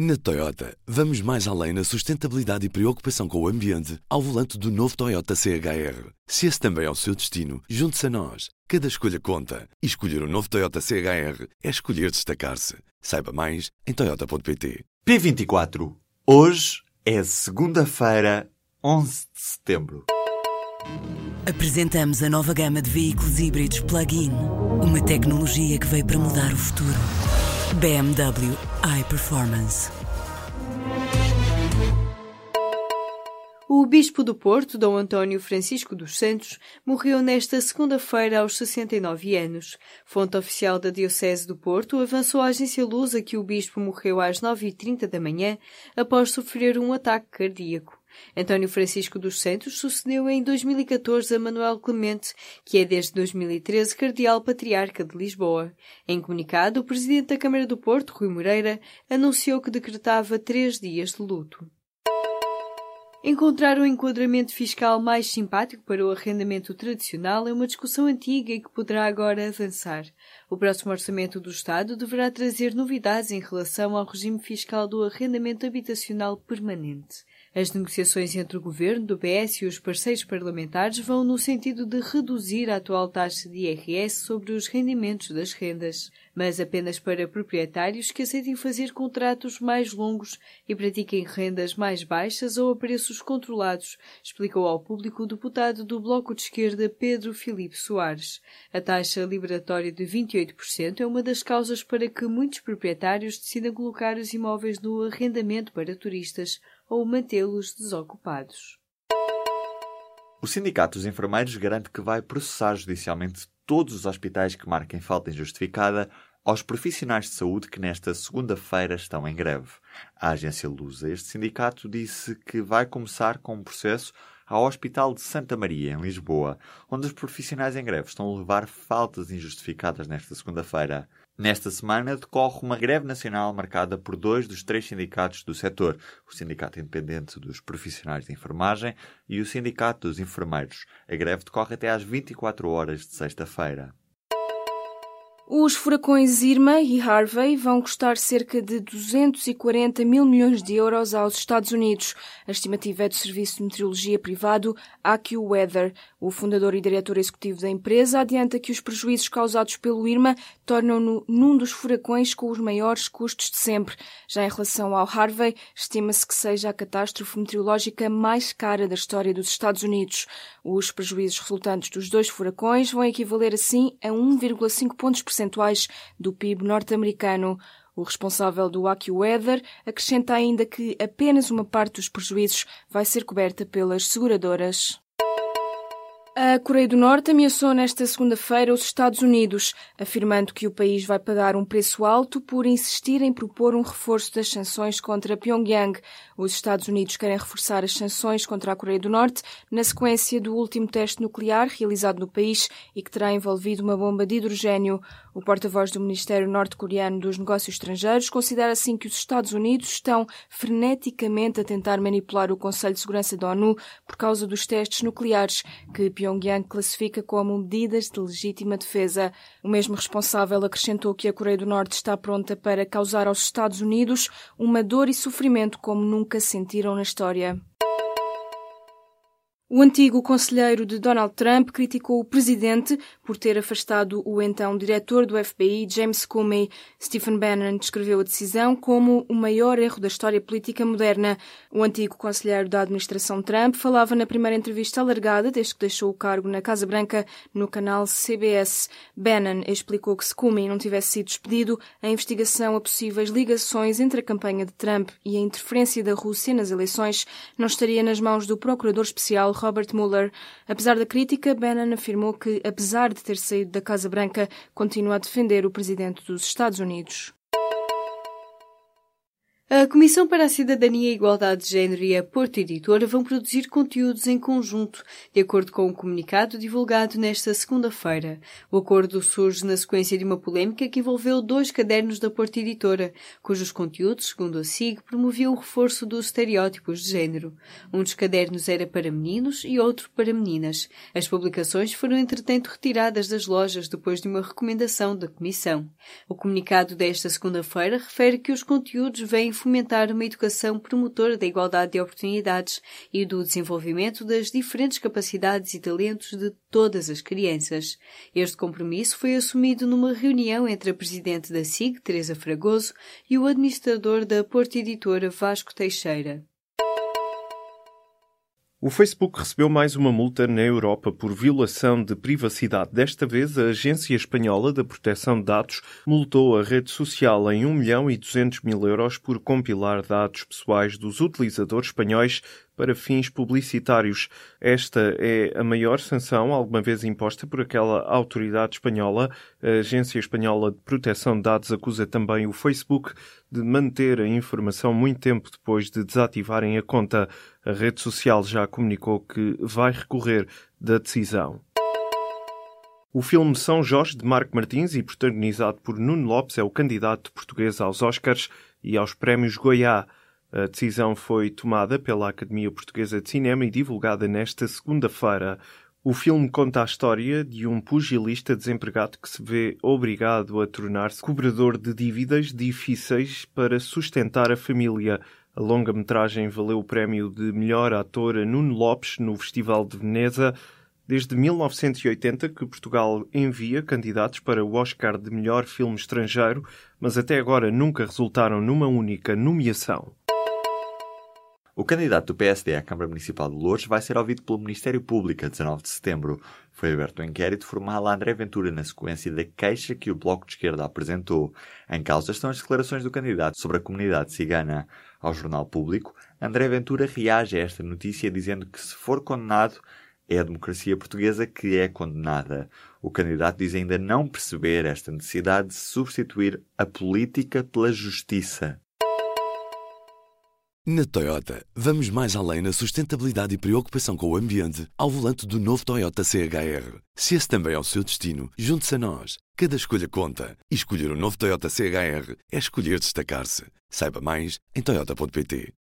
Na Toyota, vamos mais além na sustentabilidade e preocupação com o ambiente ao volante do novo Toyota CHR. Se esse também é o seu destino, junte-se a nós. Cada escolha conta. E escolher o novo Toyota CHR é escolher destacar-se. Saiba mais em toyota.pt. P24. Hoje é segunda-feira, 11 de setembro. Apresentamos a nova gama de veículos híbridos plug-in. Uma tecnologia que veio para mudar o futuro. BMW iPerformance. O Bispo do Porto, Dom António Francisco dos Santos, morreu nesta segunda-feira aos 69 anos. Fonte oficial da Diocese do Porto avançou à agência Lusa que o Bispo morreu às 9h30 da manhã após sofrer um ataque cardíaco. António Francisco dos Santos sucedeu em 2014 a Manuel Clemente, que é desde 2013 Cardeal Patriarca de Lisboa. Em comunicado, o Presidente da Câmara do Porto, Rui Moreira, anunciou que decretava 3 dias de luto. Encontrar um enquadramento fiscal mais simpático para o arrendamento tradicional é uma discussão antiga e que poderá agora avançar. O próximo Orçamento do Estado deverá trazer novidades em relação ao regime fiscal do arrendamento habitacional permanente. As negociações entre o Governo, do PS e os parceiros parlamentares vão no sentido de reduzir a atual taxa de IRS sobre os rendimentos das rendas, mas apenas para proprietários que aceitem fazer contratos mais longos e pratiquem rendas mais baixas ou a preços controlados, explicou ao público o deputado do Bloco de Esquerda Pedro Filipe Soares. A taxa liberatória de 28% é uma das causas para que muitos proprietários decidam colocar os imóveis no arrendamento para turistas ou mantê-los desocupados. O Sindicato dos Enfermeiros garante que vai processar judicialmente todos os hospitais que marquem falta injustificada aos profissionais de saúde que nesta segunda-feira estão em greve. A agência Lusa, este sindicato, disse que vai começar com um processo ao Hospital de Santa Maria, em Lisboa, onde os profissionais em greve estão a levar faltas injustificadas nesta segunda-feira. Nesta semana decorre uma greve nacional marcada por 2 dos 3 sindicatos do setor, o Sindicato Independente dos Profissionais de Enfermagem e o Sindicato dos Enfermeiros. A greve decorre até às 24 horas de sexta-feira. Os furacões Irma e Harvey vão custar cerca de 240 mil milhões de euros aos Estados Unidos. A estimativa é do serviço de meteorologia privado AccuWeather. O fundador e diretor executivo da empresa adianta que os prejuízos causados pelo Irma tornam-no num dos furacões com os maiores custos de sempre. Já em relação ao Harvey, estima-se que seja a catástrofe meteorológica mais cara da história dos Estados Unidos. Os prejuízos resultantes dos 2 furacões vão equivaler assim a 1,5 pontos percentuais do PIB norte-americano. O responsável do AccuWeather acrescenta ainda que apenas uma parte dos prejuízos vai ser coberta pelas seguradoras. A Coreia do Norte ameaçou nesta segunda-feira os Estados Unidos, afirmando que o país vai pagar um preço alto por insistir em propor um reforço das sanções contra Pyongyang. Os Estados Unidos querem reforçar as sanções contra a Coreia do Norte na sequência do último teste nuclear realizado no país e que terá envolvido uma bomba de hidrogênio. O porta-voz do Ministério Norte-Coreano dos Negócios Estrangeiros considera assim que os Estados Unidos estão freneticamente a tentar manipular o Conselho de Segurança da ONU por causa dos testes nucleares que Pyongyang classifica como medidas de legítima defesa. O mesmo responsável acrescentou que a Coreia do Norte está pronta para causar aos Estados Unidos uma dor e sofrimento como nunca sentiram na história. O antigo conselheiro de Donald Trump criticou o presidente por ter afastado o então diretor do FBI, James Comey. Stephen Bannon descreveu a decisão como o maior erro da história política moderna. O antigo conselheiro da administração Trump falava na primeira entrevista alargada desde que deixou o cargo na Casa Branca no canal CBS. Bannon explicou que se Comey não tivesse sido despedido, a investigação a possíveis ligações entre a campanha de Trump e a interferência da Rússia nas eleições não estaria nas mãos do procurador especial Robert Mueller. Apesar da crítica, Bannon afirmou que, apesar de ter saído da Casa Branca, continua a defender o presidente dos Estados Unidos. A Comissão para a Cidadania e Igualdade de Género e a Porto Editora vão produzir conteúdos em conjunto, de acordo com um comunicado divulgado nesta segunda-feira. O acordo surge na sequência de uma polémica que envolveu 2 cadernos da Porto Editora, cujos conteúdos, segundo a SIG, promoviam o reforço dos estereótipos de género. Um dos cadernos era para meninos e outro para meninas. As publicações foram, entretanto, retiradas das lojas depois de uma recomendação da Comissão. O comunicado desta segunda-feira refere que os conteúdos vêm fomentar uma educação promotora da igualdade de oportunidades e do desenvolvimento das diferentes capacidades e talentos de todas as crianças. Este compromisso foi assumido numa reunião entre a presidente da SIG, Teresa Fragoso, e o administrador da Porta Editora, Vasco Teixeira. O Facebook recebeu mais uma multa na Europa por violação de privacidade. Desta vez, a Agência Espanhola da Proteção de Dados multou a rede social em 1.200.000 euros por compilar dados pessoais dos utilizadores espanhóis para fins publicitários. Esta é a maior sanção alguma vez imposta por aquela autoridade espanhola. A Agência Espanhola de Proteção de Dados acusa também o Facebook de manter a informação muito tempo depois de desativarem a conta. A rede social já comunicou que vai recorrer da decisão. O filme São Jorge, de Marco Martins e protagonizado por Nuno Lopes, é o candidato português aos Oscars e aos prémios Goya. A decisão foi tomada pela Academia Portuguesa de Cinema e divulgada nesta segunda-feira. O filme conta a história de um pugilista desempregado que se vê obrigado a tornar-se cobrador de dívidas difíceis para sustentar a família. A longa-metragem valeu o prémio de melhor ator a Nuno Lopes no Festival de Veneza. Desde 1980 que Portugal envia candidatos para o Oscar de melhor filme estrangeiro, mas até agora nunca resultaram numa única nomeação. O candidato do PSD à Câmara Municipal de Loures vai ser ouvido pelo Ministério Público a 19 de setembro. Foi aberto um inquérito formal a André Ventura na sequência da queixa que o Bloco de Esquerda apresentou. Em causa estão as declarações do candidato sobre a comunidade cigana. Ao Jornal Público, André Ventura reage a esta notícia dizendo que, se for condenado, é a democracia portuguesa que é condenada. O candidato diz ainda não perceber esta necessidade de substituir a política pela justiça. Na Toyota, vamos mais além na sustentabilidade e preocupação com o ambiente ao volante do novo Toyota CHR. Se esse também é o seu destino, junte-se a nós. Cada escolha conta. E escolher o novo Toyota CHR é escolher destacar-se. Saiba mais em toyota.pt.